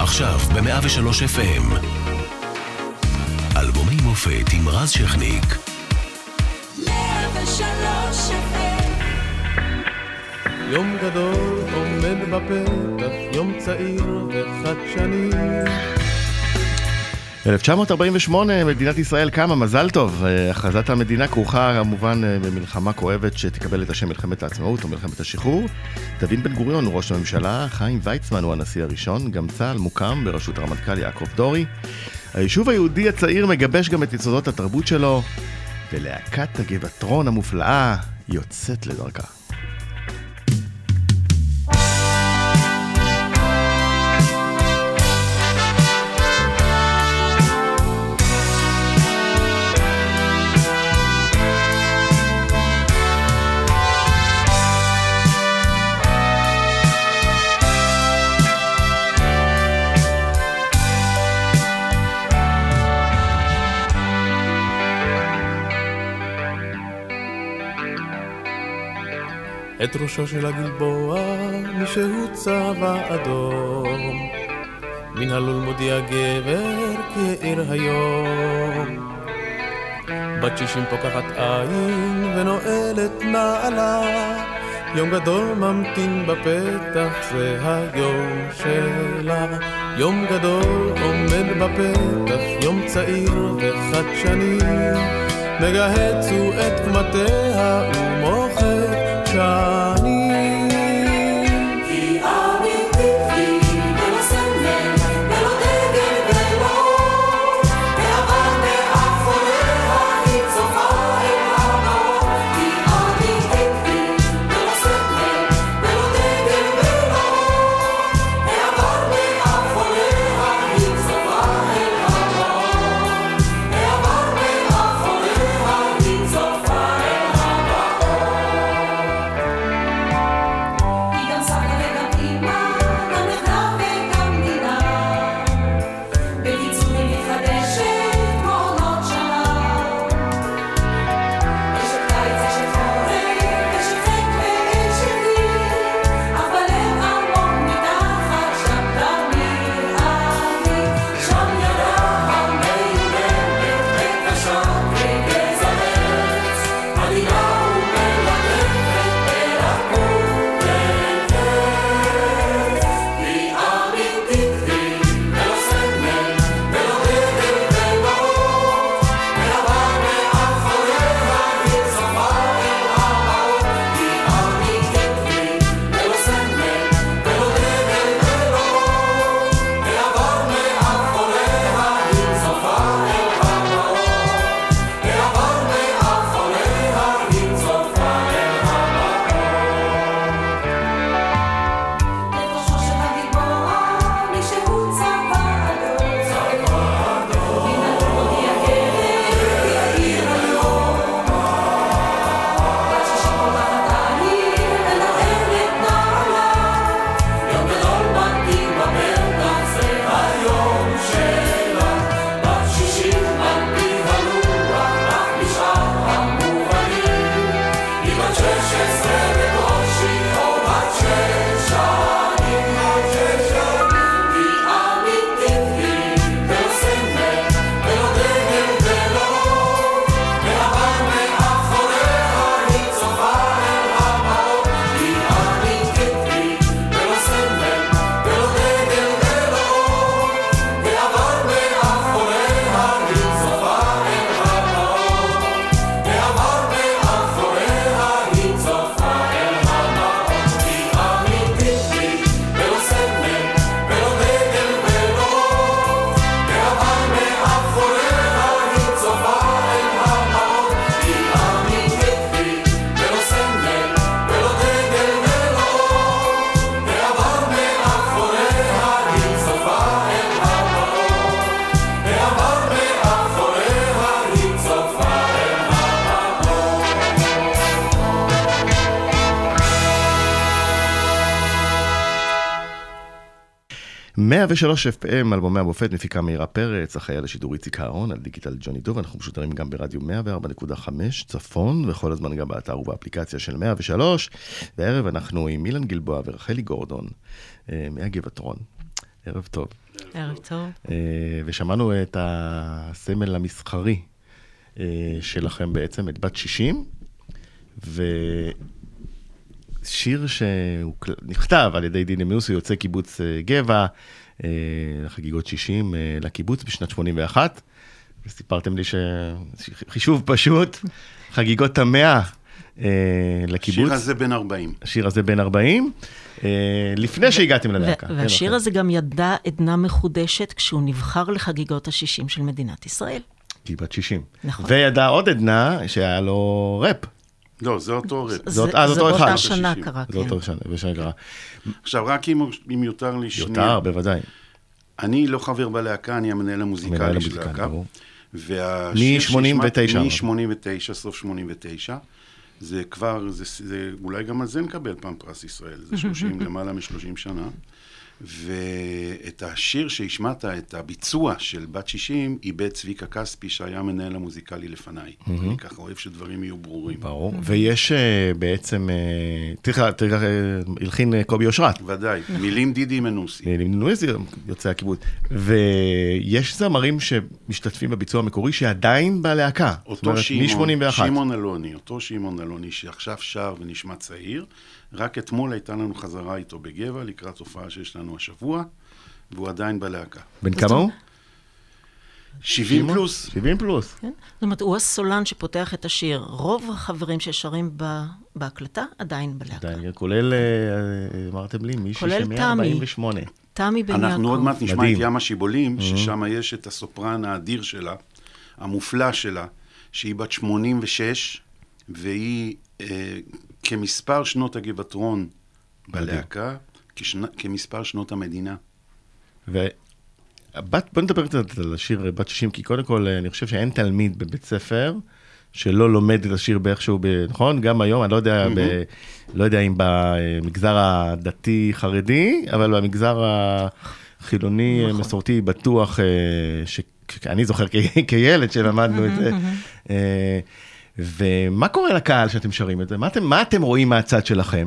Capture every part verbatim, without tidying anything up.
עכשיו ב-מאה ושלוש אף אם. אלבומי מופת עם רז שכניק. מאה ושלוש אף אם. יום גדול עומד בפתח, יום צעיר וחדשני. אלף תשע מאות ארבעים ושמונה, מדינת ישראל קמה, מזל טוב. הכרזת המדינה כרוכה כמובן במלחמה כואבת שתקבל את השם מלחמת העצמאות או מלחמת השחרור. דוד בן גוריון הוא ראש הממשלה, חיים ויצמן הוא הנשיא הראשון, גם צה"ל מוקם בראשות הרמטכ"ל יעקב דורי. היישוב היהודי הצעיר מגבש גם את יסודות התרבות שלו, ולהקת הגבעתרון המופלאה יוצאת לדרכה. את ראשו של הגלבוע מישהו צבע אדום, מן הלול מודיע גבר כי העיר היום. בת שישים פוקחת עין ונועלת נעלה, יום גדול ממתין בפתח, זה היום שלה. יום גדול עומד בפתח, יום צעיר וחדשני, מגהצו את קומתיה ומוחק שאני. כי אמיתי ולא סמל ולא דגל ולא ועבר מאחוריה היא צופה אל המאור. כי אמיתי ולא סמל ולא דגל ולא ועבר מאחוריה היא צופה אל המאור. ועבר מאחוריה היא צופה אל המאור. מאה ושלוש אף אם, אלבומי המופת, מפיקה מאירה פרץ, אחראי על השידור איציק אהרון, על דיגיטל ג'וני דוב. אנחנו משודרים גם ברדיו מאה וארבע נקודה חמש צפון, וכל הזמן גם באתר ובאפליקציה של מאה ושלוש. וערב אנחנו עם אילן גלבוע ורחלי גורדון, מהגבעתרון. ערב טוב. ערב טוב. אה, ושמענו את הסמל המסחרי אה, שלכם בעצם, את בת שישים, ושיר שהוא נכתב על ידי דינה מיוס, הוא יוצא קיבוץ אה, גבע, אה, לחגיגות שישים אה, לקיבוץ בשנת שמונים ואחת, וסיפרתם לי שחישוב פשוט, חגיגות המאה אה, לקיבוץ. שיר הזה בן ארבעים. השיר הזה בן ארבעים, אה, לפני שהגעתם ללהקה. ו- והשיר כן, הזה גם ידע עדנה מחודשת כשהוא נבחר לחגיגות השישים של מדינת ישראל. כי בת שישים. נכון. וידע עוד עדנה שהיה לו ראפ. לא, זה אותו רב. זה, אה, זה זה אותו אחד. באותה שנה השישים. קרה, זה כן. אותו שנה, בשנה קרה. עכשיו, רק אם, אם יותר לי שנייה. יותר, בוודאי. אני לא חבר בלהקה, אני המנהל המוזיקלי מנהל של המוזיקלי, הלהקה. ברור. והשיר מ-שמונים ותשע. מ-שמונים ותשע, סוף שמונים ותשע. זה כבר, זה, זה, אולי גם על זה נקבל פעם פרס ישראל. זה שלושים, למעלה מ-שלושים שנה. ואת השיר שהשמעת, את הביצוע של בת שישים, איבד צביקה כספי, שהיה מנהל המוזיקלי לפניי. אני ככה אוהב שדברים יהיו ברורים. ברור. ויש uh, בעצם, uh, תראה, תראה, הלחין uh, קובי אושרת. ודאי. מילים דידי מנוסי. נינויזי יוצא הקיבוץ. ויש זמרים שמשתתפים בביצוע המקורי שעדיין בלהקה. אותו שמעון, מ-שמונים ואחת. שמעון אלוני, אותו שמעון אלוני שעכשיו שר ונשמע צעיר, רק אתמול הייתה לנו חזרה איתו בגבע, לקראת הופעה שיש לנו השבוע, והוא עדיין בלהקה. בן כמה הוא? שבעים פלוס. שבעים פלוס. כן? זאת אומרת, הוא הסולן שפותח את השיר. רוב החברים ששרים ב- בהקלטה עדיין בלהקה. עדיין, כולל, uh, אמרתם לי, מישהי כולל ש-מאה ארבעים ושמונה. תמי בן יעקב. אנחנו עוד מעט נשמע מדהים. את ים השיבולים, ששם יש את הסופרן האדיר שלה, המופלא שלה, שהיא בת שמונים ושש, והיא אה, כמספר שנות הגבעתרון בלהקה, כשנ... כמספר שנות המדינה. ובת, בוא נדבר קצת על השיר בת שישים, כי קודם כל אני חושב שאין תלמיד בבית ספר שלא לומד את השיר באיכשהו, נכון? גם היום, אני לא יודע, ב, לא יודע אם במגזר הדתי חרדי, אבל במגזר החילוני מסורתי בטוח, שאני זוכר כילד שלמדנו את זה. ומה קורה לקהל שאתם שרים את זה? מה אתם, מה אתם רואים מהצד שלכם?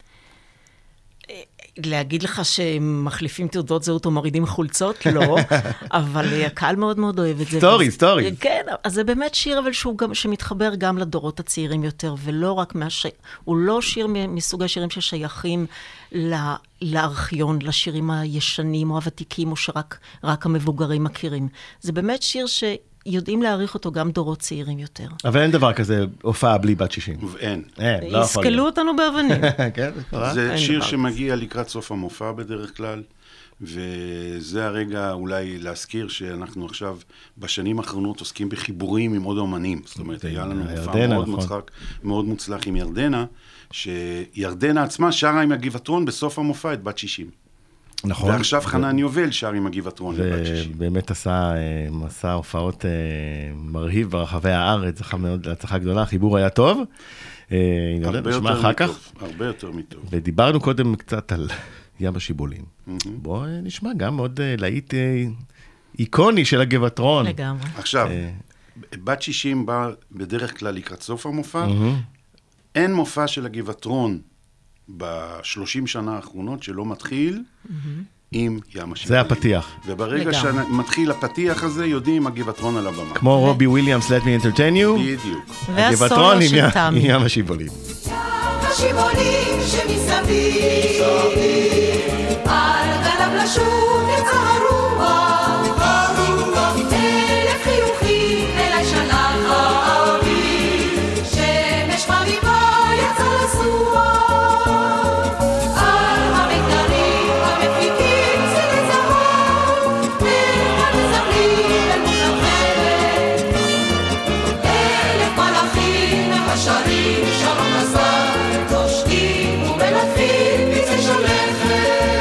להגיד לך שהם מחליפים תעודות זהות או מורידים חולצות? לא, אבל הקהל מאוד מאוד אוהב את זה. סטורי, סטורי. כן, אז זה באמת שיר, אבל שהוא גם, שמתחבר גם לדורות הצעירים יותר, ולא רק מהש... הוא לא שיר מסוג השירים ששייכים ל... לארכיון, לשירים הישנים או הוותיקים, או שרק רק המבוגרים מכירים. זה באמת שיר ש... יודעים להעריך אותו גם דורות צעירים יותר. אבל אין דבר כזה הופעה בלי בת שישים. אין. אין, לא יכול יסקלו אותנו באבנים. כן, זה קורה. זה שיר דבר. שמגיע לקראת סוף המופע בדרך כלל, וזה הרגע אולי להזכיר שאנחנו עכשיו בשנים האחרונות עוסקים בחיבורים עם עוד אומנים. זאת אומרת, היה לנו מופע ירדנה, מאוד נכון. מוצלח, מאוד מוצלח עם ירדנה, שירדנה עצמה שרה עם הגבעתרון בסוף המופע את בת שישים. נכון. ועכשיו חנן יובל שר עם הגבעתרון לבת שישים. ובאמת עשה אה, מסע הופעות אה, מרהיב ברחבי הארץ, זכה מאוד להצלחה גדולה, החיבור היה טוב. אה, הרבה נשמע יותר אחר כך. מטוב, הרבה יותר מטוב. ודיברנו קודם קצת על ים השיבולים. בואו אה, נשמע גם עוד אה, להיט אה, איקוני של הגבעתרון. לגמרי. עכשיו, אה. בת שישים באה בדרך כלל לקראת סוף המופע, אין מופע של הגבעתרון בשלושים שנה האחרונות שלא מתחיל עם ים השיבולים. זה הפתיח. וברגע לגמרי. שמתחיל הפתיח הזה, יודעים הגבעתרון על הבמה. כמו רובי וויליאמס, Let me entertain you. בדיוק. הגבעתרון והסולו עם של ים- תמי. ים השיבולים. השיבולים שמסביב, על גליו לשוב יצא הרוח, אלף חיוכים אליי שלח האביב, שמש חביבה יצא לסוח, על המיתרים המפיקים צילי זהב, והמזמרים אל מוחלת, אלף מלאכים השרים שלום לשר, נושקים ומלטפים פצעי שלכת.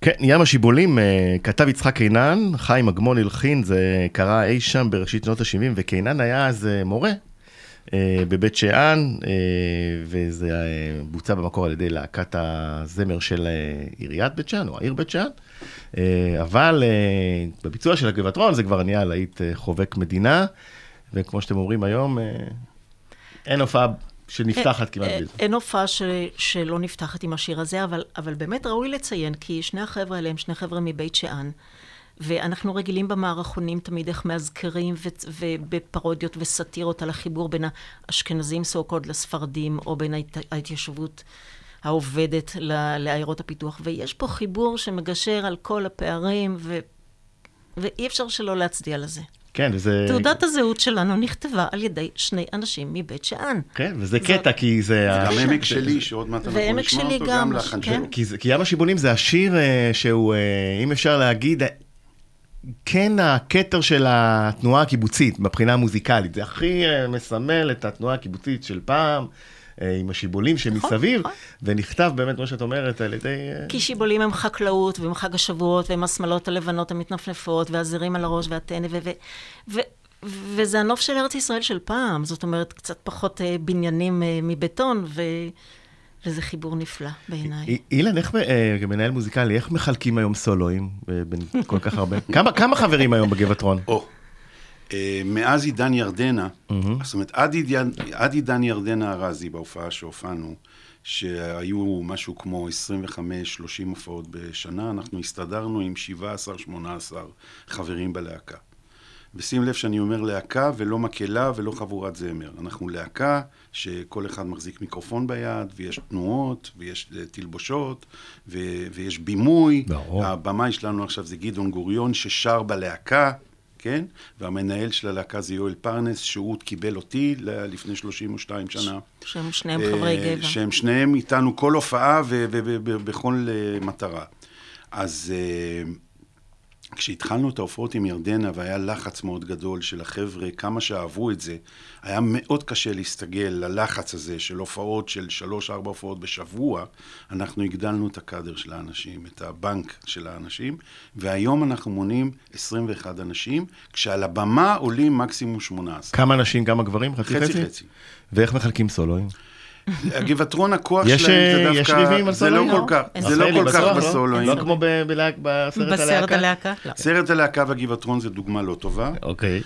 כן, ים השיבולים, כתב יצחק קינן, חיים אגמון הלחין, זה קרה אי שם בראשית שנות ה-שבעים, וקינן היה אז מורה בבית שאן, וזה בוצע במקור על ידי להקת הזמר של עיריית בית שאן, או העיר בית שאן, אבל בביצוע של הגבעתרון זה כבר נהיה להיט חובק מדינה, וכמו שאתם אומרים היום, אין הופעה שנפתחת כמעט בזה. אין הופעה ש, שלא נפתחת עם השיר הזה, אבל, אבל באמת ראוי לציין, כי שני החבר'ה האלה הם שני חבר'ה מבית שאן, ואנחנו רגילים במערכונים תמיד איך מאזכרים ו, ובפרודיות וסטירות על החיבור בין האשכנזים סו-קולד לספרדים, או בין ההת, ההתיישבות העובדת ל, לעיירות הפיתוח, ויש פה חיבור שמגשר על כל הפערים, ו, ואי אפשר שלא להצדיע לזה. כן, וזה... תעודת הזהות שלנו נכתבה על ידי שני אנשים מבית שאן. כן, וזה קטע, כי זה... גם עמק שלי, שעוד מעט אנחנו נשמע אותו, גם לחן שלו. כי ים השיבולים זה השיר שהוא, אם אפשר להגיד, כן הכתר של התנועה הקיבוצית, מבחינה המוזיקלית. זה הכי מסמל את התנועה הקיבוצית של פעם, עם השיבולים שמסביב, ונכתב באמת, כמו שאת אומרת, על ידי... כי שיבולים הם חקלאות, והם חג השבועות, והם השמלות הלבנות המתנפנפות, והזרים על הראש והטנא, וזה הנוף של ארץ ישראל של פעם, זאת אומרת, קצת פחות בניינים מבטון, וזה חיבור נפלא בעיניי. אילן, איך, כמנהל מוזיקלי, איך מחלקים היום סולואים בין כל כך הרבה? כמה חברים היום בגבעתרון? או. מאז עידן ירדנה, זאת אומרת, עד עידן ירדנה הרזי בהופעה שהופענו, שהיו משהו כמו עשרים וחמש שלושים הופעות בשנה, אנחנו הסתדרנו עם שבע עשרה שמונה עשרה חברים בלהקה. ושים לב שאני אומר להקה ולא מקהלה ולא חבורת זמר. אנחנו להקה שכל אחד מחזיק מיקרופון ביד, ויש תנועות, ויש תלבושות, ויש בימוי. הבמאי שלנו עכשיו זה גדעון גוריון ששר בלהקה, כן? והמנהל של הלהקה זה יואל פרנס, שהוא קיבל אותי לפני שלושים ושתיים שנה. שהם שניהם חברי גבע. שהם שניהם איתנו כל הופעה ובכל מטרה. אז כשהתחלנו את ההופעות עם ירדנה, והיה לחץ מאוד גדול של החבר'ה, כמה שאהבו את זה, היה מאוד קשה להסתגל ללחץ הזה של הופעות של שלוש, ארבע הופעות בשבוע, אנחנו הגדלנו את הקאדר של האנשים, את הבנק של האנשים, והיום אנחנו מונים עשרים ואחד אנשים, כשעל הבמה עולים מקסימום שמונה עשרה. כמה אנשים, כמה גברים? חצי חצי? חצי חצי. ואיך מחלקים סולואים? הגבעתרון הכוח שלהם זה דווקא... יש ריבים על סולואים? זה לא כל כך, זה לא כל כך בסולואים. לא כמו בסרט בסרט הלהקה? סרט הלהקה והגבעתרון זה דוגמה לא טובה. אוקיי.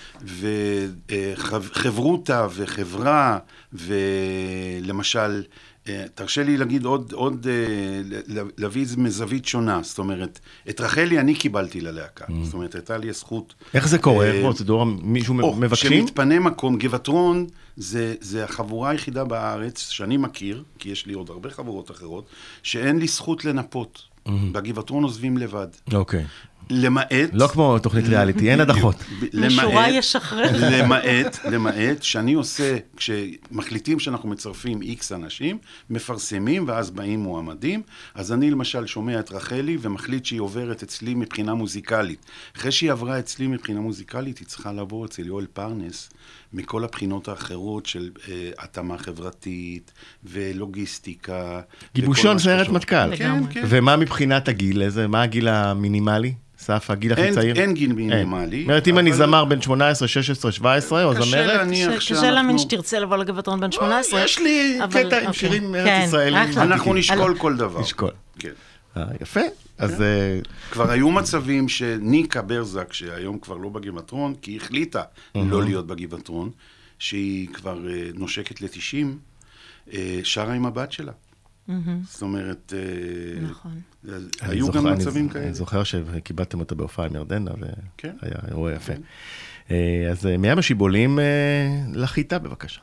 וחברותה וחברה, ולמשל, תרשה לי להגיד עוד, עוד, להביא איזה מזווית שונה. זאת אומרת, את רחלי אני קיבלתי ללהקה. זאת אומרת, הייתה לי הזכות... איך זה קורה? פרוצדורה, מישהו מבקשים? שמתפנה מקום, גבעתרון זה, זה החבורה היחידה בארץ שאני מכיר, כי יש לי עוד הרבה חברות אחרות, שאין לי זכות לנפות. בגבעתרון עוזבים לבד. אוקיי. למעט... לא כמו תוכנית ריאליטי, אין הדחות. משורה ישחרר. למעט, למעט, שאני עושה, כשמחליטים שאנחנו מצרפים איקס אנשים, מפרסמים ואז באים מועמדים, אז אני למשל שומע את רחלי ומחליט שהיא עוברת אצלי מבחינה מוזיקלית. אחרי שהיא עברה אצלי מבחינה מוזיקלית, היא צריכה לעבור אצל יואל פרנס, מכל הבחינות האחרות של אה, התאמה חברתית ולוגיסטיקה. גיבושון סיירת מטכ"ל. כן, כן. ומה מבחינת הגיל? איזה, מה הגיל המינימלי? סף, הגיל הכי צעיר? אין גיל מינימלי. זאת אומרת, אם אני זמר בין שמונה עשרה, שש עשרה, שבע עשרה, או זמרת? קשה להאמין שתרצה לבוא לגבעתרון בין שמונה עשרה. יש לי קטע עם שירים ארץ ישראלים. אנחנו נשקול כל דבר. נשקול. כן. יפה. אז... כבר היו מצבים שניקה ברזק, שהיום כבר לא בגבעתרון, כי היא החליטה לא להיות בגבעתרון, שהיא כבר נושקת ל-תשעים, שרה עם הבת שלה. זאת אומרת, היו גם מצבים כאלה. אני זוכר שקיבלתם אותה בהופעה עם ירדנה, והיה אירוע יפה. אז מים השיבולים לחיטה, בבקשה.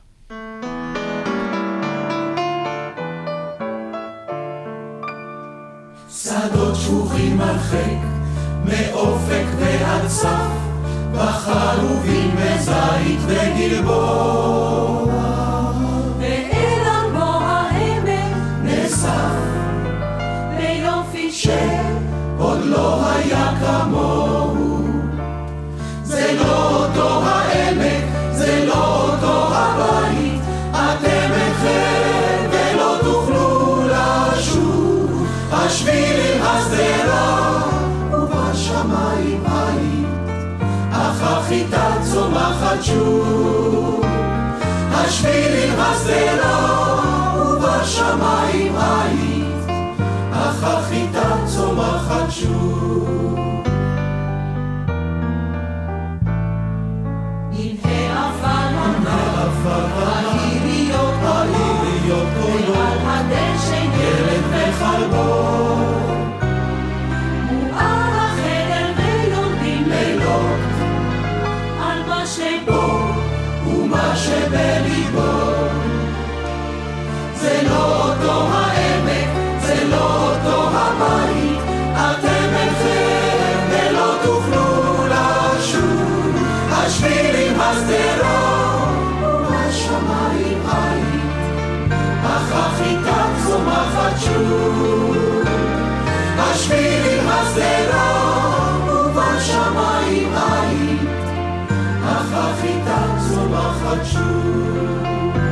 שדות שפוכים הרחק, מאופק ועד סף, בחרובים וזית וגלבוע, ואל ארבו העמק נאסף, ביופי שעוד לא היה כמוהו. זה לא אותו העמק, זה לא אותו הבית, אתם איתכם ולא תוכלו לשוב, השבילים הסדרה שוב. השבילים השדרות ובשמיים היית, אך החיטה צומחת שוב. העיריות קולות, ועל הדשא ילד וחלבו, מואר החדר ויורדים לילות, על מה שבו ומה שבליבו. זה לא אותו העמק, זה לא אותו הבית, אתם אינכם ולא תוכלו לשוב. השבילים השדרות ובשמיים היית, אך החיטה צומחת שוב. השבילים השדרות ובשמיים היית, אך החיטה צומחת שוב.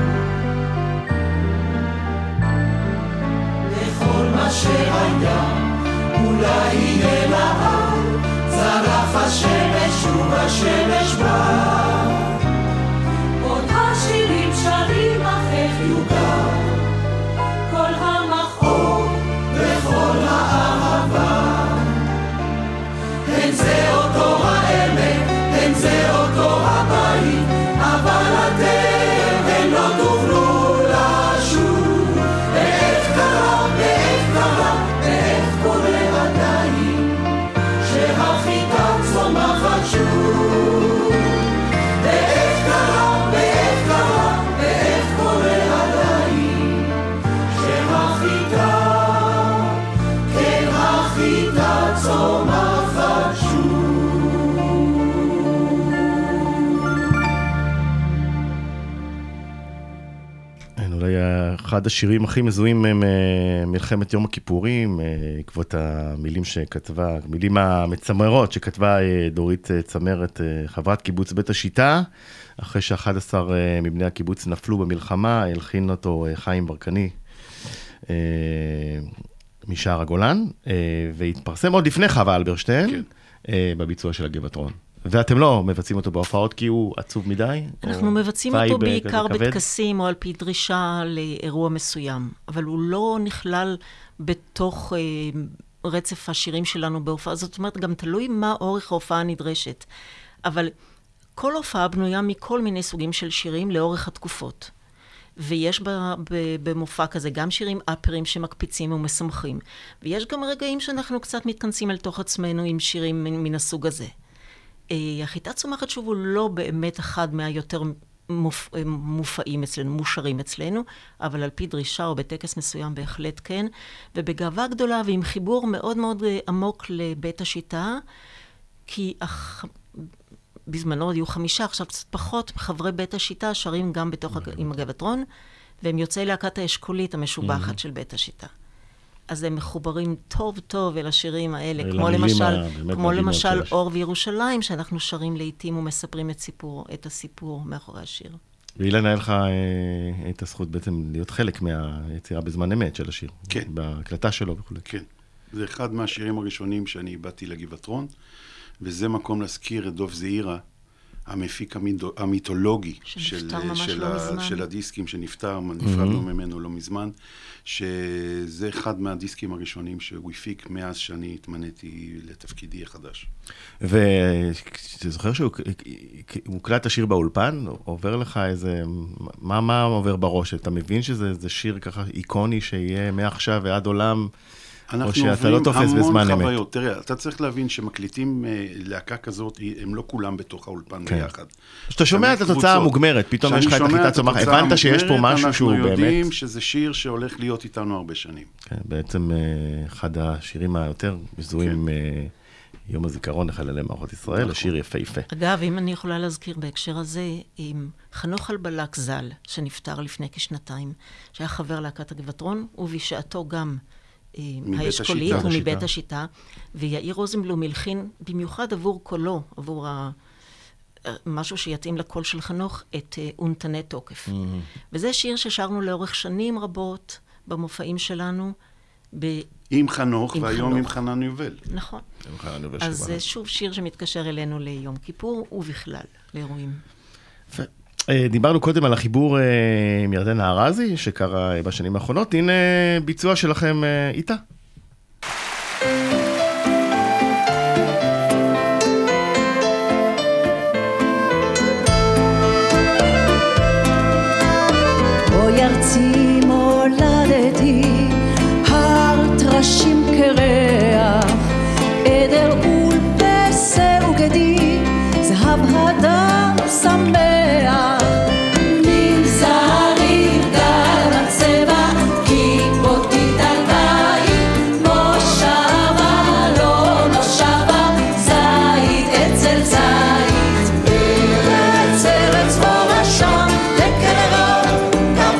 לכל מה שהיה אולי יהיה לעד, זרח השמש ובשמש בא. עוד השירים שרים אך איך יוגע, כל המחור וכל האהבה. אין זה אותו העמק, אין זה אותו הבית, אבל אתם הם לא תוכלו לשוב. ואיך קרה, ואיך קרה, ואיך קורה עדיין, שהחיטה צומחת שוב. ואיך קרה, ואיך קרה, ואיך קורה עדיין, שהחיטה, כן החיטה צומחת שוב. אולי אחד השירים הכי מזוהים ממלחמת יום הכיפורים, עקבות המילים שכתבה, המילים המצמרות שכתבה דורית צמרת, חברת קיבוץ בית השיטה, אחרי ש-אחד עשר מבני הקיבוץ נפלו במלחמה, הלחין אותו חיים ברקני משער הגולן, והתפרסם עוד לפני חווה אלברשטיין, כן. בביצוע של הגבעתרון. ואתם לא מבצעים אותו בהופעות כי הוא עצוב מדי? אנחנו מבצעים אותו בעיקר בטקסים או על פי דרישה לאירוע מסוים, אבל הוא לא נכלל בתוך אה, רצף השירים שלנו בהופעה. זאת אומרת, גם תלוי מה אורך ההופעה הנדרשת. אבל כל הופעה בנויה מכל מיני סוגים של שירים לאורך התקופות. ויש ב, ב, במופע כזה גם שירים אפרים שמקפיצים ומשמחים. ויש גם רגעים שאנחנו קצת מתכנסים אל תוך עצמנו עם שירים מן, מן הסוג הזה. החיטה צומחת שוב הוא לא באמת אחד מהיותר מופ... מופעים אצלנו, מושרים אצלנו, אבל על פי דרישה או בטקס מסוים בהחלט כן, ובגאווה גדולה ועם חיבור מאוד מאוד עמוק לבית השיטה, כי אח... בזמנו היו חמישה, עכשיו קצת פחות, חברי בית השיטה שרים גם בתוך הג... עם הגבעתרון, והם יוצאי להקת האשכולית המשובחת mm-hmm. של בית השיטה. אז הם מחוברים טוב טוב אל השירים האלה, כמו למשל, כמו למשל אור וירושלים, שאנחנו שרים לעתים ומספרים את סיפור, את הסיפור מאחורי השיר. ואילן, היה לך אה, את הזכות בעצם להיות חלק מהיצירה בזמן אמת של השיר. כן. בהקלטה שלו וכו'. כן. זה אחד מהשירים הראשונים שאני באתי לגבעתרון, וזה מקום להזכיר את דוב זעירה, המפיק המיתולוגי של, של, ה, של הדיסקים שנפטר, נפרדנו ממנו לא מזמן, שזה אחד מהדיסקים הראשונים שהוא הפיק מאז שאני התמניתי לתפקידי החדש. ואתה זוכר שהוא מוקלט השיר באולפן, עובר לך איזה, מה, מה עובר בראש? אתה מבין שזה שיר ככה איקוני שיהיה מעכשיו ועד עולם? אנחנו עוברים המון חוויות. תראה, אתה צריך להבין שמקליטים להקה כזאת, הם לא כולם בתוך האולפן ביחד. כשאתה שומע את התוצאה המוגמרת, פתאום יש לך את החיטה צומחת, הבנת שיש פה משהו שהוא באמת... אנחנו יודעים שזה שיר שהולך להיות איתנו הרבה שנים. כן, בעצם אחד השירים היותר מזוהים יום הזיכרון לחללי מערכות ישראל, השיר יפהפה. אגב, אם אני יכולה להזכיר בהקשר הזה, עם חנוך אלבלק ז"ל, שנפטר לפני כשנתיים, שהיה חבר להקת הגבעתרון, ובשעתו גם האשכולית ומבית השיטה, ויאיר רוזנבלום הלחין במיוחד עבור קולו, עבור ה... משהו שיתאים לקול של חנוך, את אונתני תוקף. Mm-hmm. וזה שיר ששרנו לאורך שנים רבות במופעים שלנו. ב... עם חנוך, עם והיום חנוך. עם חנן יובל. נכון. אז זה שוב שיר שמתקשר אלינו ליום כיפור, ובכלל, לאירועים. דיברנו קודם על החיבור עם ירדנה ארזי, שקרה בשנים האחרונות. הנה ביצוע שלכם איתה. אוי ארצי מולדתי, הר טרשים קרח, עדר ולפסה וגדי, זהב הדם שמח. נגזרים גל הצבע, כיפותית על בית, מושבה לא מושבה, זית אצל זית, ארץ ארץ מורשה, לקרוב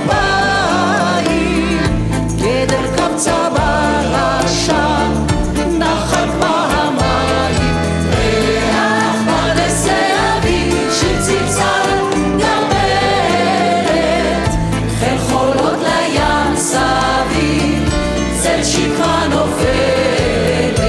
כפיים, גדר קבצה ברשע, נחת מהמים, ריח פרדסי אביב, של צלצל גרברת, חיל חולות לים סביב, צל שקרה נופלת.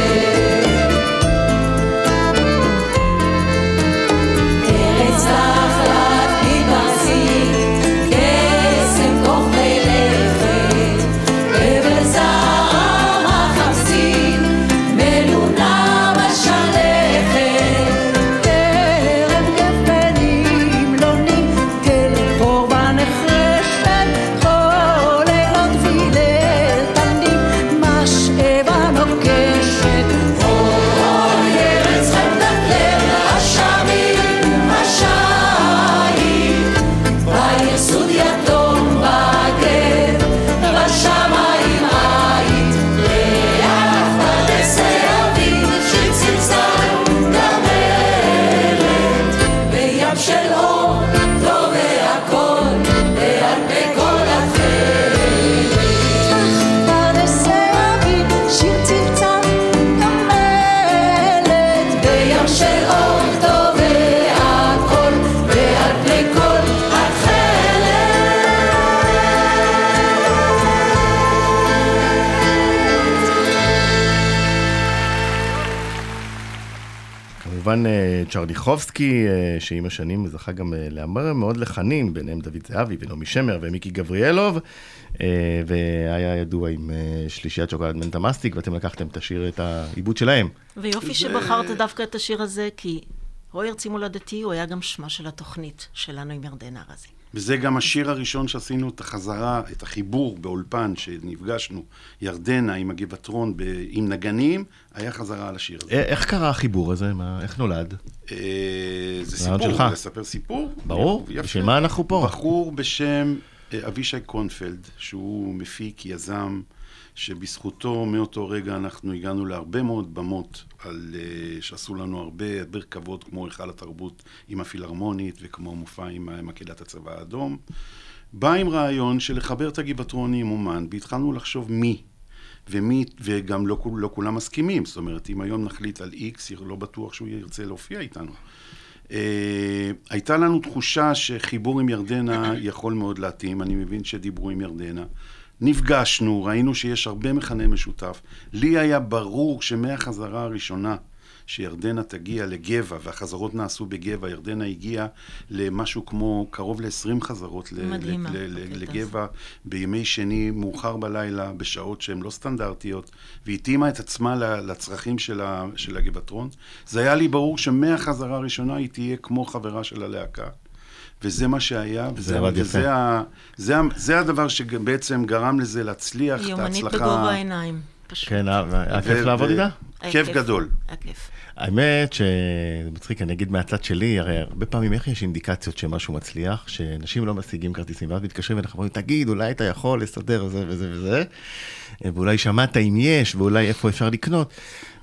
ארץ נחלת מדברזים, קסם תוך מלאכת, אבל זעם החמסין, מלונה משלכת. ערב גפנים לונים, תל קורבן נחרשת, כל לילות וליל תנים, משאבה נוקשת. אוי ארץ חמדת לב, השמים השעים, ביסוד יתום בגב, בשמיים עית, ריח פרדסי אביב, של צלצל גרברת, בים של אור טובע הכל, ועל פי כל התכלת. פרדסי אביב, שיר צלצל גרברת, בים של אור טובע הכל, ועל פי כל כמובן צ'רניחובסקי, שעם השנים זכה גם להמר מאוד לחנים, ביניהם דוד זהבי ונעמי שמר ומיקי גבריאלוב, והיה ידוע עם שלישיית שוקולד מנטה מסטיק, ואתם לקחתם את השיר, את העיבוד שלהם. ויופי שבחרת דווקא את השיר הזה, כי אוי ארצי מולדתי הוא היה גם שמה של התוכנית שלנו עם ירדנה ארזי. וזה גם השיר הראשון שעשינו את החזרה, את החיבור באולפן, שנפגשנו, ירדנה עם הגבעתרון, ב- עם נגנים, היה חזרה על השיר הזה. איך קרה החיבור הזה? מה, איך נולד? אה, זה רעיון סיפור, שלך. לספר סיפור. ברור, יפה. בשביל מה אנחנו פה? בחור בשם אה, אבישי קונפלד, שהוא מפיק, יזם, שבזכותו מאותו רגע אנחנו הגענו להרבה מאוד במות על, uh, שעשו לנו הרבה, הרבה כבוד, כמו היכל התרבות עם הפילהרמונית וכמו מופע עם מקהלת הצבא האדום. בא עם רעיון של לחבר את הגבעתרון עם אומן, והתחלנו לחשוב מי, ומי, וגם לא, לא כולם מסכימים. זאת אומרת, אם היום נחליט על איקס, לא בטוח שהוא ירצה להופיע איתנו. Uh, הייתה לנו תחושה שחיבור עם ירדנה יכול מאוד להתאים, אני מבין שדיברו עם ירדנה. נפגשנו, ראינו שיש הרבה מכנה משותף. לי היה ברור שמהחזרה הראשונה שירדנה תגיע לגבע, והחזרות נעשו בגבע, ירדנה הגיעה למשהו כמו קרוב ל-עשרים חזרות מדהימה, ל- ל- לגבע, בימי שני, מאוחר בלילה, בשעות שהן לא סטנדרטיות, והתאימה את עצמה לצרכים של, ה- של הגבעתרון. זה היה לי ברור שמהחזרה הראשונה היא תהיה כמו חברה של הלהקה. וזה מה שהיה, וזה, וזה ה, זה, זה הדבר שבעצם גרם לזה להצליח, את ההצלחה. יומנית בגובה העיניים, פשוט. כן, היה כיף לעבוד איתה? כיף גדול. היה כיף. האמת שזה מצחיק, אני אגיד מהצד שלי, הרי הרבה פעמים איך יש אינדיקציות שמשהו מצליח, שאנשים לא משיגים כרטיסים, ואז מתקשרים ואנחנו אומרים, תגיד, אולי אתה יכול לסדר זה וזה וזה, ואולי שמעת אם יש, ואולי איפה אפשר לקנות.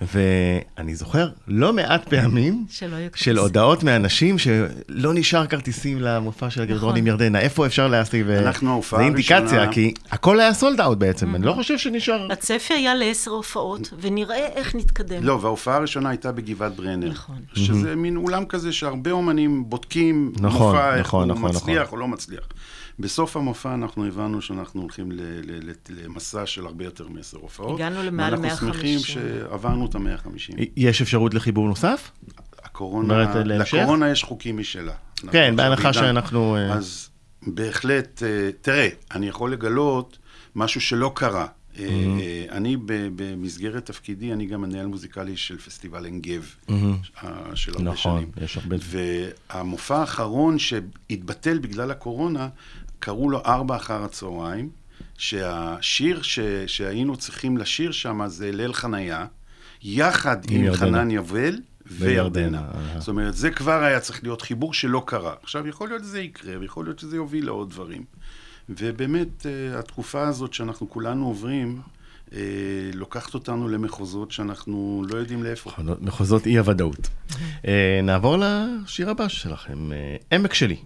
ואני זוכר לא מעט פעמים של הודעות מאנשים שלא נשאר כרטיסים למופע של הגבעתרון עם ירדנה, איפה אפשר להשיג, זה אינדיקציה, כי הכל היה סולד אאוט בעצם, אני לא חושב שנשאר. הצפי היה לעשר הופעות, ונראה איך נתקדם. לא, וההופעה הראשונה הייתה בגבעת ברנר, שזה מין אולם כזה שהרבה אומנים בודקים מופע, איך הוא מצליח או לא מצליח. בסוף המופע אנחנו הבנו שאנחנו הולכים למסע של הרבה יותר מעשר הופעות. הגענו למעל מאה וחמישים. ואנחנו שמחים שעברנו את ה-מאה וחמישים. יש אפשרות לחיבור נוסף? הקורונה, לקורונה יש חוקים משלה. כן, בהנחה שאנחנו... אז בהחלט, תראה, אני יכול לגלות משהו שלא קרה. אני במסגרת תפקידי, אני גם מנהל מוזיקלי של פסטיבל אנגב, של הרבה שנים. והמופע האחרון שהתבטל בגלל הקורונה, קראו לו ארבע אחר הצהריים, שהשיר שהיינו צריכים לשיר שם זה ליל חניה, יחד עם חנן יובל וירדנה. זאת אומרת, זה כבר היה צריך להיות חיבור שלא קרה. עכשיו, יכול להיות שזה יקרה, ויכול להיות שזה יוביל לעוד דברים. ובאמת, התקופה הזאת שאנחנו כולנו עוברים, לוקחת אותנו למחוזות שאנחנו לא יודעים לאיפה. מחוזות אי הוודאות. נעבור לשיר הבא שלכם, עמק שלי.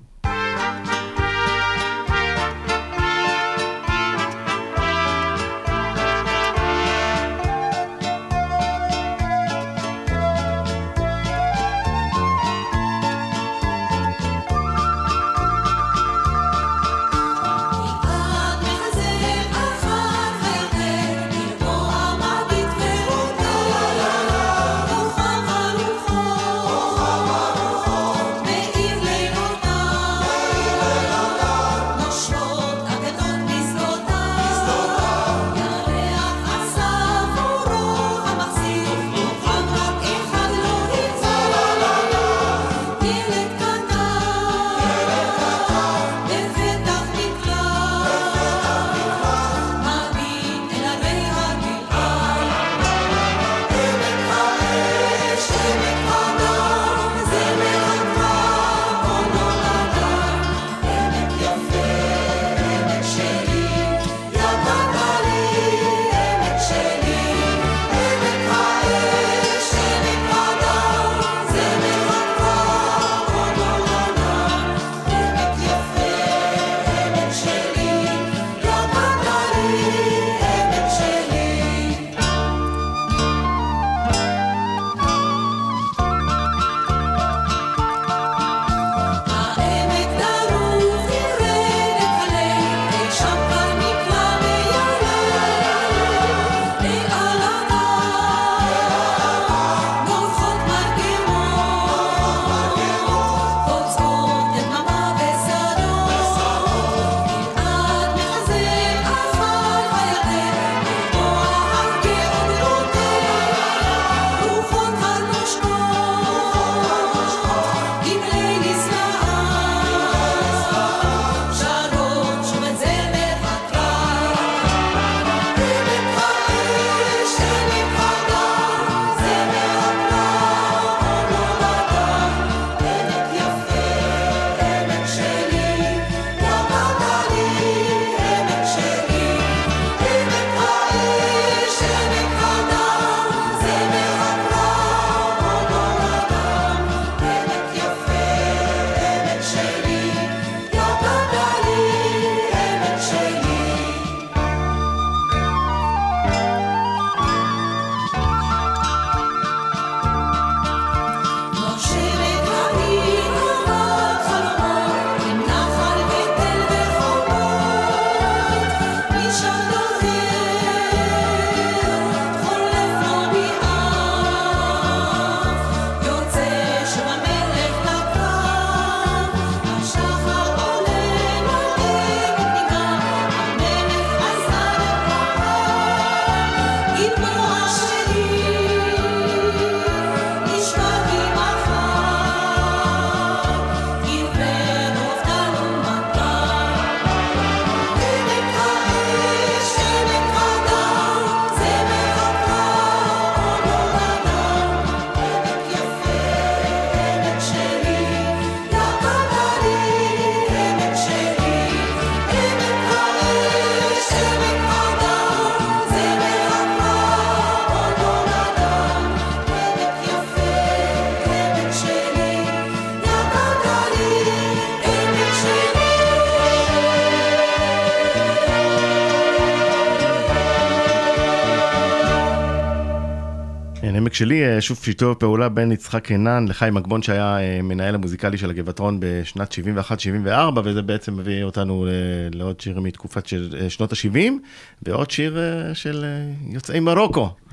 עמק שלי, שוב שיתוף פעולה בין יצחק קינן לחיים מגבון, שהיה מנהל המוזיקלי של הגבעתרון בשנת שבעים ואחת שבעים וארבע, וזה בעצם מביא אותנו לעוד שיר מתקופת של שנות ה-שבעים, ועוד שיר של יוצאי מרוקו,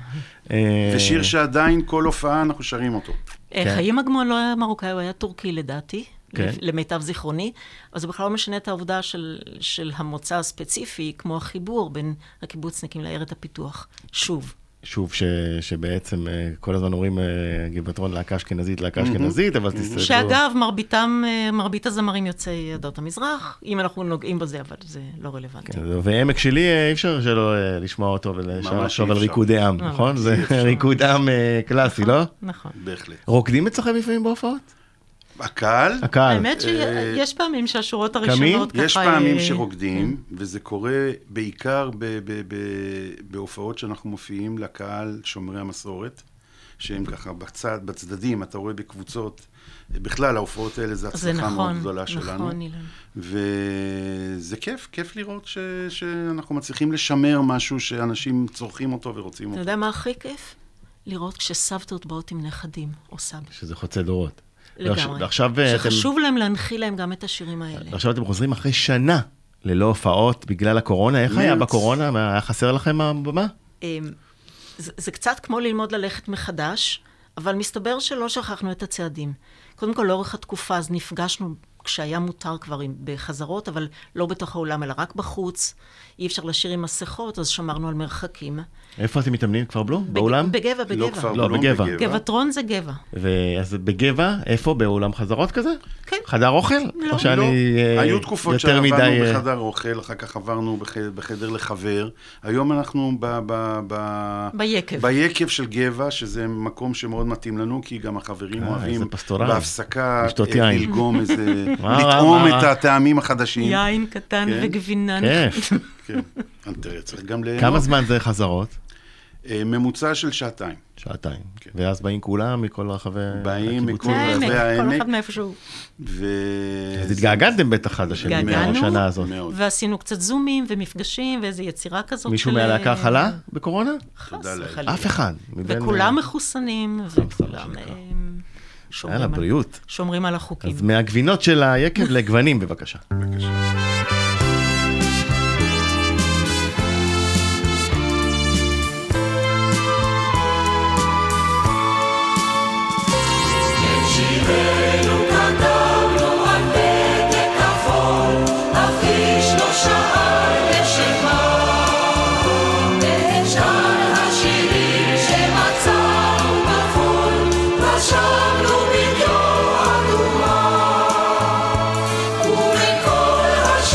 ושיר שעדיין כל הופעה אנחנו שרים אותו. חיים אגמון לא היה מרוקאי, הוא היה טורקי לדעתי, למיטב זיכרוני, אז זה בכלל לא משנה את העובדה של המוצא הספציפי, כמו החיבור בין הקיבוצניקים לעיירת הפיתוח. שוב. שוב, שבעצם כל הזמן אומרים גבעתרון להקה אשכנזית, להקה אשכנזית, אבל תסתכלו. שאגב, מרביתם, מרבית הזמרים יוצאי עדות המזרח, אם אנחנו נוגעים בזה, אבל זה לא רלוונטי. ועמק שלי, אי אפשר שלא לשמוע אותו ולשאול על ריקודי עם, נכון? זה ריקוד עם קלאסי, לא? נכון. בהחלט. רוקדים אצלכם לפעמים בהופעות? הקהל? הקהל. האמת שיש פעמים שהשורות הראשונות ככה... יש פעמים שרוקדים, וזה קורה בעיקר בהופעות שאנחנו מופיעים לקהל שומרי המסורת, שהם ככה בצד, בצדדים, אתה רואה בקבוצות, בכלל ההופעות האלה זה הצלחה מאוד גדולה שלנו. זה נכון, אילן. וזה כיף, כיף לראות שאנחנו מצליחים לשמר משהו שאנשים צורכים אותו ורוצים אותו. אתה יודע מה הכי כיף? לראות כשסבתות באות עם נכדים, או סבא. שזה חוצה דורות. לגמרי. שחשוב אתם... להם להנחיל להם גם את השירים האלה. עכשיו אתם חוזרים אחרי שנה ללא הופעות בגלל הקורונה. איך היה בקורונה? היה חסר לכם הבמה? זה, זה קצת כמו ללמוד ללכת מחדש, אבל מסתבר שלא שכחנו את הצעדים. קודם כל, לאורך התקופה, אז נפגשנו כשהיה מותר כבר בחזרות, אבל לא בתוך האולם, אלא רק בחוץ. אי אפשר לשיר עם מסכות, אז שמרנו על מרחקים. איפה אתם מתאמנים? כפר בלום? באולם? בגבע, בגבע. לא כפר בלום, בגבע. גבעתרון זה גבע. ואז בגבע, איפה? באולם חזרות כזה? כן. חדר אוכל? לא. או שאני לא. היו תקופות שעברנו בחדר אוכל, אחר כך עברנו בחדר, בחדר לחבר. היום אנחנו ב, ב, ב, ביקב. ביקב של גבע, שזה מקום שמאוד מתאים לנו, כי גם החברים אוהבים בהפסקה ללגום איזה, לטעום את הטעמים החדשים. יין קטן וגבינן. כן. צריך גם ליהנות. כמה זמן זה חזרות? ממוצע של שעתיים. שעתיים. ואז באים כולם מכל רחבי הקיבוצים. באים מכל רחבי העמק. כל אחד מאיפשהו. אז התגעגעתם בטח אחד השני בשנה הזאת. ועשינו קצת זומים ומפגשים ואיזו יצירה כזאת. מישהו מהלהקה חלה בקורונה? חס וחלילה. אף אחד. וכולם מחוסנים וכולם שומרים על החוקים. אז מהגבינות של היקב לגוונים בבקשה. בבקשה. שמנו בדיו אדומה, ומכל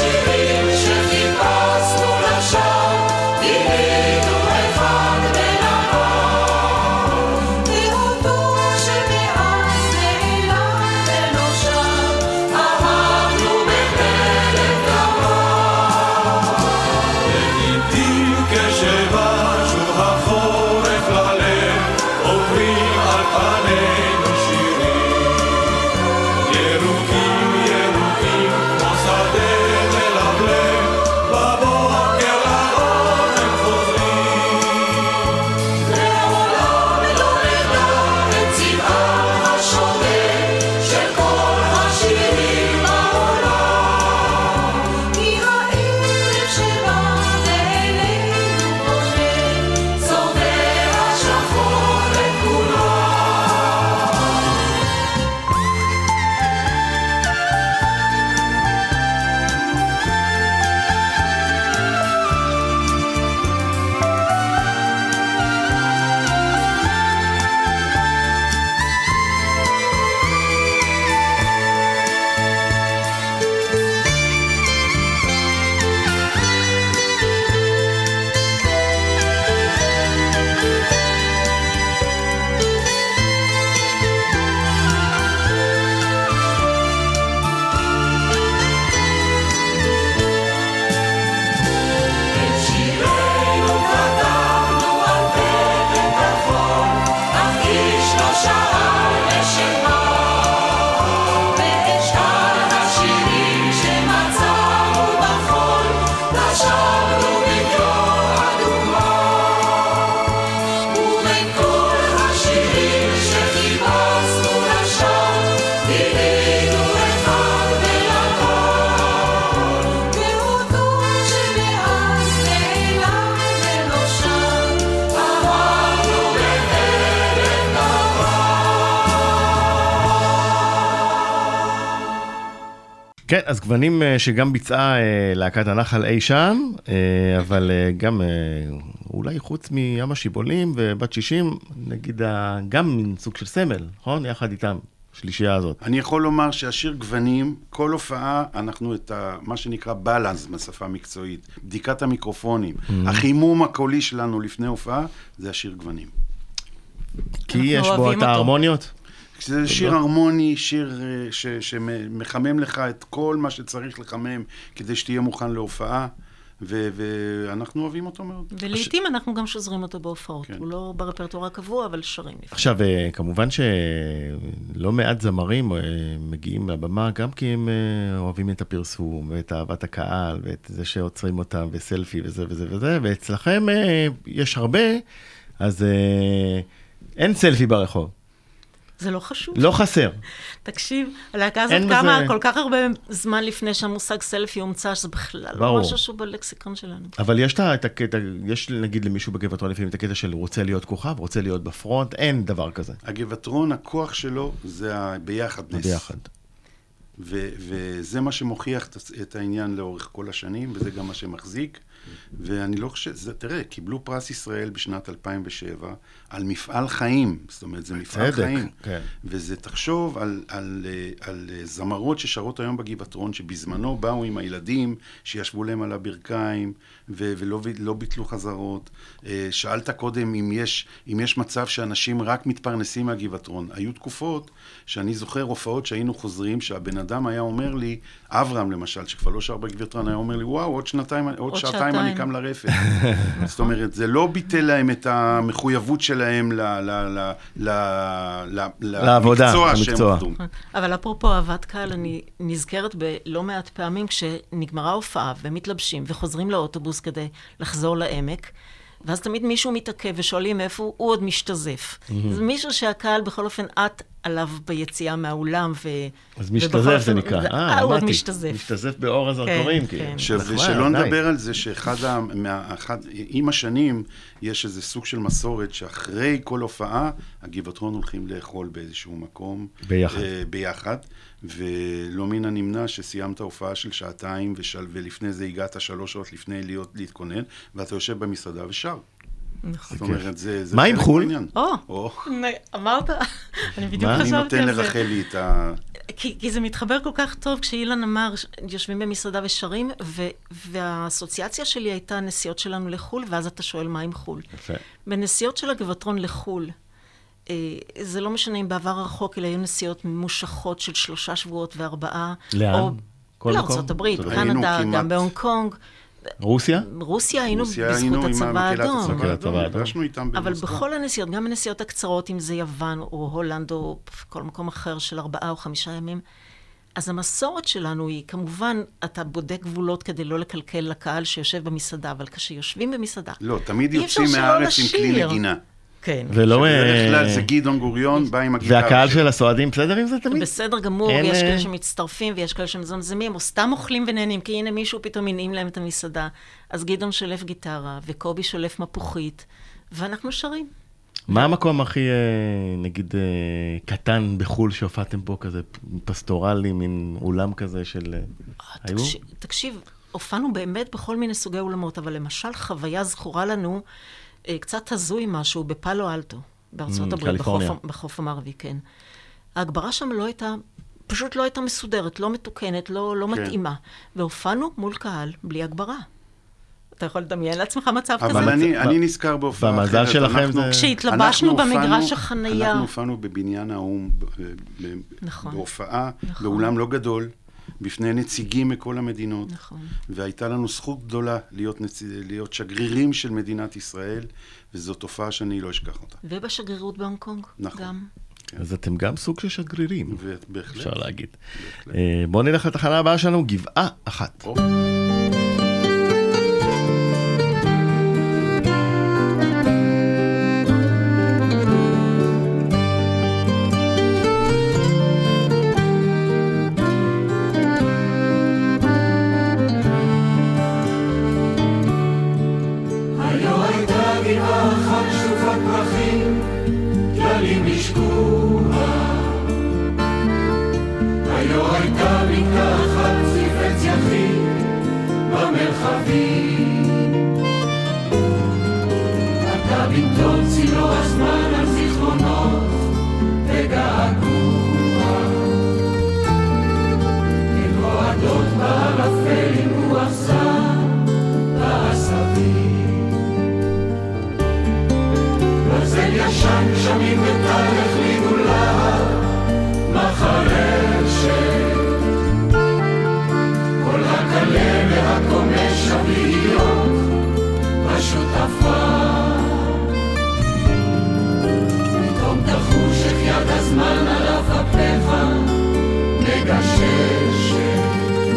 כן, אז גוונים שגם ביצעה להקת הנחל אי שם, אבל גם אולי חוץ מים השיבולים ובת שישים, נגיד גם מין סוג של סמל, נכון? יחד איתם, שלישייה הזאת. אני יכול לומר שהשיר גוונים, כל הופעה, אנחנו את ה, מה שנקרא בלנס בשפה מקצועית, בדיקת המיקרופונים, החימום הקולי שלנו לפני הופעה, זה השיר גוונים. כי יש בו את ההרמוניות? זה שיר הרמוני, שיר ש, שמחמם לך את כל מה שצריך לחמם כדי שתהיה מוכן להופעה, ו- ואנחנו אוהבים אותו מאוד. ולעיתים אנחנו גם שוזרים אותו בהופעות. כן. הוא לא ברפרטואר הקבוע, אבל שרים. עכשיו, כמובן שלא מעט זמרים מגיעים לבמה, גם כי הם אוהבים את הפרסום, ואת אהבת הקהל, ואת זה שעוצרים אותם, וסלפי, וזה וזה וזה, ואצלכם יש הרבה, אז אין סלפי ברחוב. זה לא חשוב. לא חסר. תקשיב, הלהקה הזאת קמה כל כך הרבה זמן לפני שהמושג סלפי הומצא, שזה בכלל לא משהו שהוא בלקסיקון שלנו. אבל יש את הקטע, יש נגיד למישהו בגבעתרון לפעמים את הקטע של רוצה להיות כוכב, רוצה להיות בפרונט, אין דבר כזה. הגבעתרון, הכוח שלו זה הביחדנס. ביחד. וזה מה שמוכיח את העניין לאורך כל השנים, וזה גם מה שמחזיק. ואני לא חושב, זה, תראה, קיבלו פרס ישראל בשנת אלפיים ושבע על מפעל חיים, זאת אומרת, זה מפעל צדק, חיים. כן. וזה תחשוב על, על, על, על זמרות ששרות היום בגבעתרון, שבזמנו באו עם הילדים, שישבו להם על הברכיים, ו, ולא לא ביטלו חזרות. שאלת קודם אם יש, אם יש מצב שאנשים רק מתפרנסים מהגבעתרון. היו תקופות שאני זוכר הופעות שהיינו חוזרים, שהבן אדם היה אומר לי, אברהם למשל, שכבר לא שר בגבעתרון, היה אומר לי, וואו, עוד שנתיים, עוד שעתיים אני קם לרפת. זאת אומרת, זה לא ביטל להם את המחויבות שלהם למקצוע שהם עובדו. אבל אפרופו אהבת קהל, אני נזכרת בלא מעט פעמים כשנגמרה הופעה ומתלבשים וחוזרים לאוטובוס כדי לחזור לעמק, ואז תמיד מישהו מתעכב ושואלים איפה הוא עוד משתזף. זה מישהו שהקהל בכל אופן עט עליו ביציאה מהאולם, ו... אז משתזף זה נקרא. אה, הוא עוד משתזף. משתזף באור הזרקורים. כן, כן. ושלא נדבר על זה שאחד, עם השנים, יש איזה סוג של מסורת, שאחרי כל הופעה, הגבעתרון הולכים לאכול באיזשהו מקום. ביחד. ביחד. ולא מן הנמנע שסיימת הופעה של שעתיים, ושל, ולפני זה הגעת שלוש שעות לפני להיות, להתכונן, ואתה יושב במסעדה ושר. נכון. זאת אומרת, זה... זה מה עם חול? או, אמרת, אני בדיוק חשבתי על זה. אני נותן לרחלי את ה... כי, כי זה מתחבר כל כך טוב, כשאילן אמר, יושבים במסעדה ושרים, ו, והאסוציאציה שלי הייתה נסיעות שלנו לחול, ואז אתה שואל מה עם חול. יפה. בנסיעות של הגבעתרון לחול, זה לא משנה אם בעבר הרחוק, אלא היו נסיעות ממושכות של שלושה שבועות וארבעה. לאן? או לארצות הברית, קנדה, גם בהונג קונג. רוסיה? רוסיה היינו בזכות הצבא האדום. אבל במוסקבה. בכל הנסיעות, גם הנסיעות הקצרות, אם זה יוון או הולנד או כל מקום אחר של ארבעה או חמישה ימים, אז המסורת שלנו היא, כמובן, אתה בודק גבולות כדי לא לקלקל לקהל שיושב במסעדה, אבל כשיושבים במסעדה, לא, תמיד יוצאים מהארץ עם כלי נגינה. כן. ולא... שבדרך כלל זה גדעון גוריון, בא עם הגיטרה. והקהל של הסועדים בסדר עם זה תמיד? בסדר גמור, יש כאלה שמצטרפים ויש כאלה שמזמזמים, או סתם אוכלים ונהנים, כי הנה מישהו פתאום מנעים להם את המסעדה. אז גדעון שולף גיטרה, וקובי שולף מפוחית, ואנחנו שרים. מה המקום הכי, נגיד, קטן בחול שהופעתם פה, כזה פסטורלי, מין אולם כזה של... תקשיב, הופענו באמת בכל מיני סוגי אולמות, אבל למשל חוויה זכורה לנו, קצת הזוי משהו בפאלו אלטו, בארצות הברית, בחוף המערבי, כן. ההגברה שם לא הייתה, פשוט לא הייתה מסודרת, לא מתוקנת, לא מתאימה. והופענו מול קהל בלי הגברה. אתה יכול לדמיין לעצמך מצב כזה? אבל אני נזכר בהופעה אחרת. והמזל שלכם זה... כשהתלבשנו במגרש החנייה. אנחנו הופענו בבניין האום, בהופעה, באולם לא גדול, בפני נציגים מכל המדינות. נכון. והייתה לנו זכות גדולה להיות, נצ... להיות שגרירים של מדינת ישראל, וזו תופעה שאני לא אשכח אותה. ובשגרירות בהונג קונג. נכון. גם. כן. אז אתם גם סוג של שגרירים. בהחלט. אפשר להגיד. בהחלט. בואו נלך לתחנה הבאה שלנו, גבעה אחת. או. היו הייתה בקעה אחת סביב. אתה במדוד צילו הזמן על זיכרונות וגעגוע, אל רועדות בערפל עם רוח זר בעשבים. ברזל ישן שמים ותלך לגולה מחרשת, כל הקלה והקומש הבליות פשוט עפר. פתאום תחוש איך יד הזמן על אף אפיך מגששת,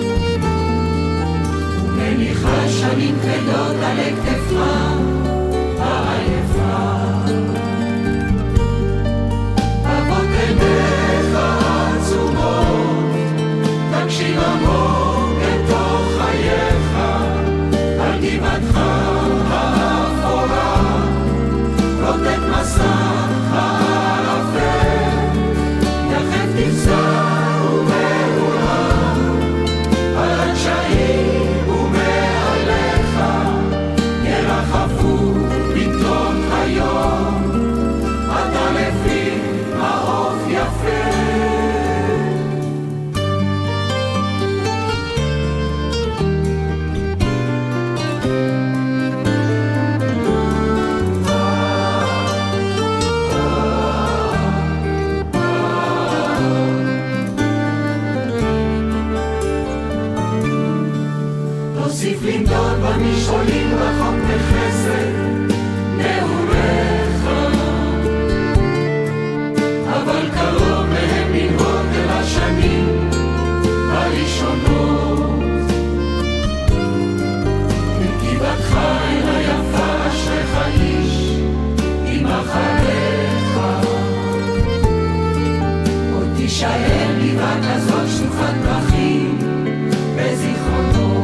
ומניחה שנים כבדות על כתפיך העייפה. אבות עיניך עצומות, תקשיב עמוק לתוך חייך, על גבעתך האפורה רוטט מסך הערפל, יחף תבשר ומעורר על הדשאים ומעליך, ירחפו פתאום היום, אתה לפי העוף יפה. תוסיף למדוד במשעולים רחוק מחסד נעוריך, אבל קרוב מהם לנהות אל השנים הראשונות. מגבעתך אל היפה אשריך איש עם אחריך, עוד תישאר גבעה כזאת שטופת דרכים בזיכרונות.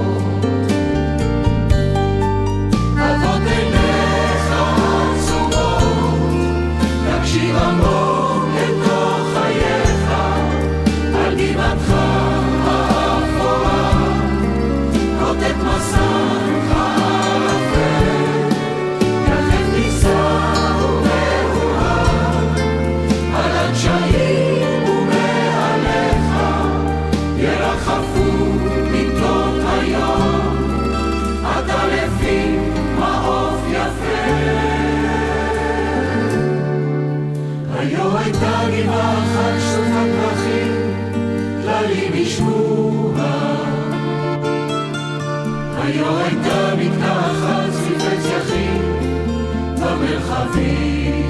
אבות עיניך עצומות, תקשיב עמוק לתוך חייך, על גבעתך האפורה רוטט מסך הערפל, יחף תבשר ומעורר על הדשאים ומעליך, ירחפו פתאום היום, אתה לפי מעוף יפה. היו הייתה גבעה אחת שטופת דרכים, כללים ישמעוה. היו הייתה מקטע אחת חפץ יחיד במרחבים.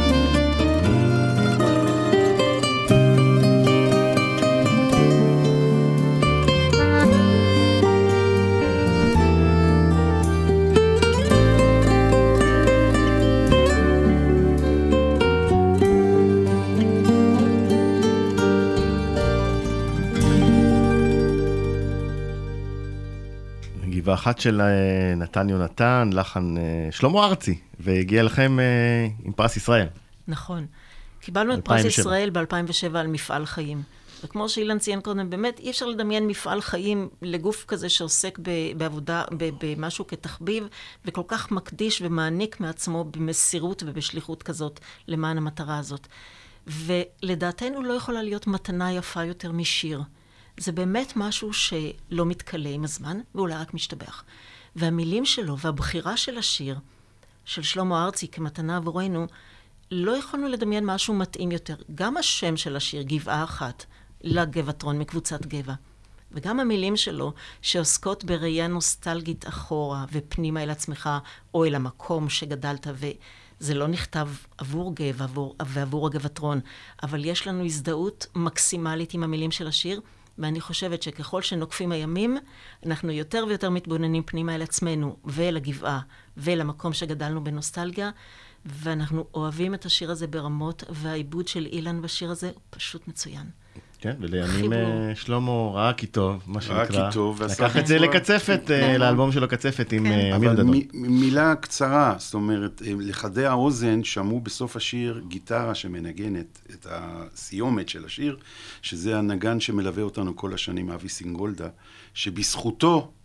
גבעה אחת של נתן יונתן, לחן שלמה ארצי, והגיע לכם עם פרס ישראל. נכון. קיבלנו את פרס ישראל ב-אלפיים ושבע על מפעל חיים. וכמו שאילן ציין קודם, באמת אי אפשר לדמיין מפעל חיים לגוף כזה שעוסק בעבודה, במשהו כתחביב, וכל כך מקדיש ומעניק מעצמו במסירות ובשליחות כזאת למען המטרה הזאת. ולדעתנו לא יכולה להיות מתנה יפה יותר משיר. זה באמת משהו שלא מתקלה עם הזמן, ואולי רק משתבח. והמילים שלו והבחירה של השיר, של שלמה ארצי כמתנה עבורנו, לא יכולנו לדמיין משהו מתאים יותר. גם השם של השיר, גבעה אחת, לגבעתרון מקבוצת גבע. וגם המילים שלו, שעוסקות בראייה נוסטלגית אחורה, ופנימה אל עצמך, או אל המקום שגדלת, וזה לא נכתב עבור גבע עבור, ועבור הגבעתרון, אבל יש לנו הזדהות מקסימלית עם המילים של השיר, ואני חושבת שככל שנוקפים הימים, אנחנו יותר ויותר מתבוננים פנימה אל עצמנו, ואל הגבעה, ואל המקום שגדלנו בנוסטלגיה, ואנחנו אוהבים את השיר הזה ברמות, והעיבוד של אילן בשיר הזה הוא פשוט מצוין. כן, ולימים שלמה ראה כי טוב, מה שנקרא. ראה כי טוב. לקח את זה לקצפת, לאלבום שלו קצפת עם אמיר דדון. אבל מילה קצרה, זאת אומרת, לחדי האוזן שמעו בסוף השיר גיטרה שמנגנת את הסיומת של השיר, שזה הנגן שמלווה אותנו כל השנים, אבי סינגולדה, שבזכותו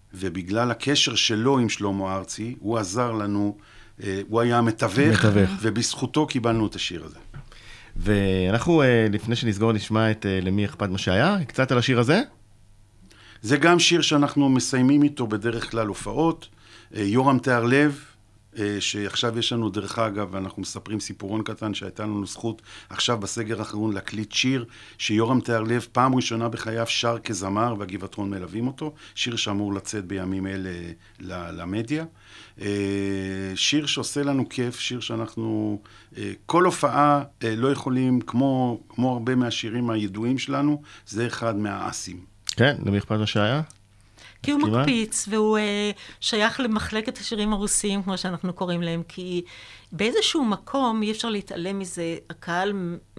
ובגלל הקשר שלו עם שלמה ארצי, הוא עזר לנו, הוא היה המתווך, ובזכותו קיבלנו את השיר הזה. ואנחנו, לפני שנסגור, נשמע את למי אכפת מה שהיה, קצת על השיר הזה? זה גם שיר שאנחנו מסיימים איתו בדרך כלל הופעות. יורם תיארלב, שעכשיו יש לנו, דרך אגב, אנחנו מספרים סיפורון קטן שהייתה לנו זכות עכשיו בסגר האחרון להקליט שיר, שיורם תיארלב פעם ראשונה בחייו שר כזמר, והגבעתרון מלווים אותו, שיר שאמור לצאת בימים אלה למדיה. שיר שעושה לנו כיף, שיר שאנחנו, כל הופעה לא יכולים, כמו, כמו הרבה מהשירים הידועים שלנו, זה אחד מהאסים. כן, למי אכפת מה שהיה? כי הוא מקפיץ, והוא uh, שייך למחלקת השירים הרוסיים, כמו שאנחנו קוראים להם, כי באיזשהו מקום אי אפשר להתעלם מזה, הקהל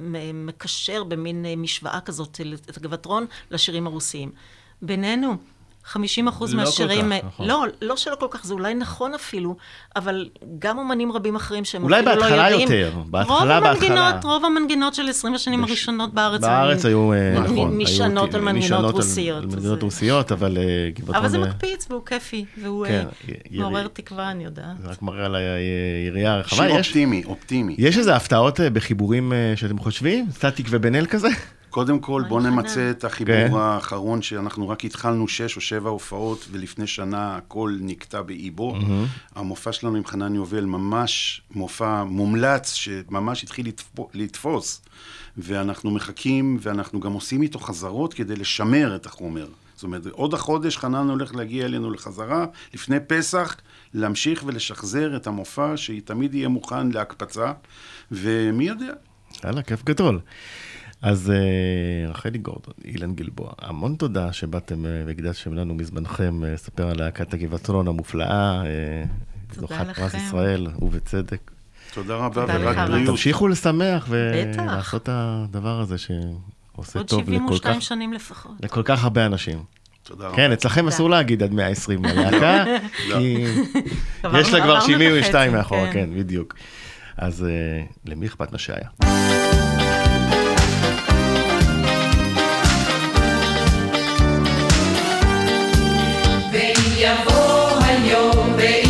מקשר במין משוואה כזאת את הגבעתרון לשירים הרוסיים. בינינו, חמישים אחוז לא מהשירים... כל כך, נכון. לא, לא שלא כל כך, זה אולי נכון אפילו, אבל גם אומנים רבים אחרים שהם אולי אפילו לא יודעים... בהתחלה יותר, בהתחלה, רוב בהתחלה. המנגינות, רוב המנגינות של עשרים השנים בש... הראשונות בארץ... בארץ היו, היו נכון. נשענות היו, על מנגינות נשענות רוסיות. על מנגינות רוסיות, אבל גבעתרון... אבל זה מקפיץ והוא כיפי, והוא כן, מעורר ירי... תקווה, אני יודעת. זה רק מראה על היריעה הרחבה. שיר יש... אופטימי, אופטימי. יש איזה הפתעות בחיבורים שאתם חושבים? סטטיק ובן אל כזה? קודם כל, בוא נמצא את החיבור האחרון, שאנחנו רק התחלנו שש או שבע הופעות, ולפני שנה הכל נקטע באיבו. המופע שלנו עם חנן יובל ממש מופע מומלץ, שממש התחיל לתפוס, ואנחנו מחכים, ואנחנו גם עושים איתו חזרות כדי לשמר את החומר. זאת אומרת, עוד החודש חנן הולך להגיע אלינו לחזרה, לפני פסח, להמשיך ולשחזר את המופע, שתמיד יהיה מוכן להקפצה, ומי יודע? יאללה, כיף גדול. אז רחלי גורדון, אילן גלבוע, המון תודה שבאתם והקדשתם לנו מזמנכם לספר על להקת הגבעתרון המופלאה, זוכת פרס ישראל, ובצדק. תודה רבה ורק בריאות. תמשיכו לשמח ולעשות את הדבר הזה שעושה עוד טוב שבעים לכל ושתיים כך, שנים לפחות. לכל כך הרבה אנשים. תודה רבה. כן, אצלכם אסור להגיד עד מאה ועשרים ללהקה, כי יש לה כבר שבעים ושתיים מאחורה, כן, בדיוק. אז למי אכפת מה שהיה? יבוא היום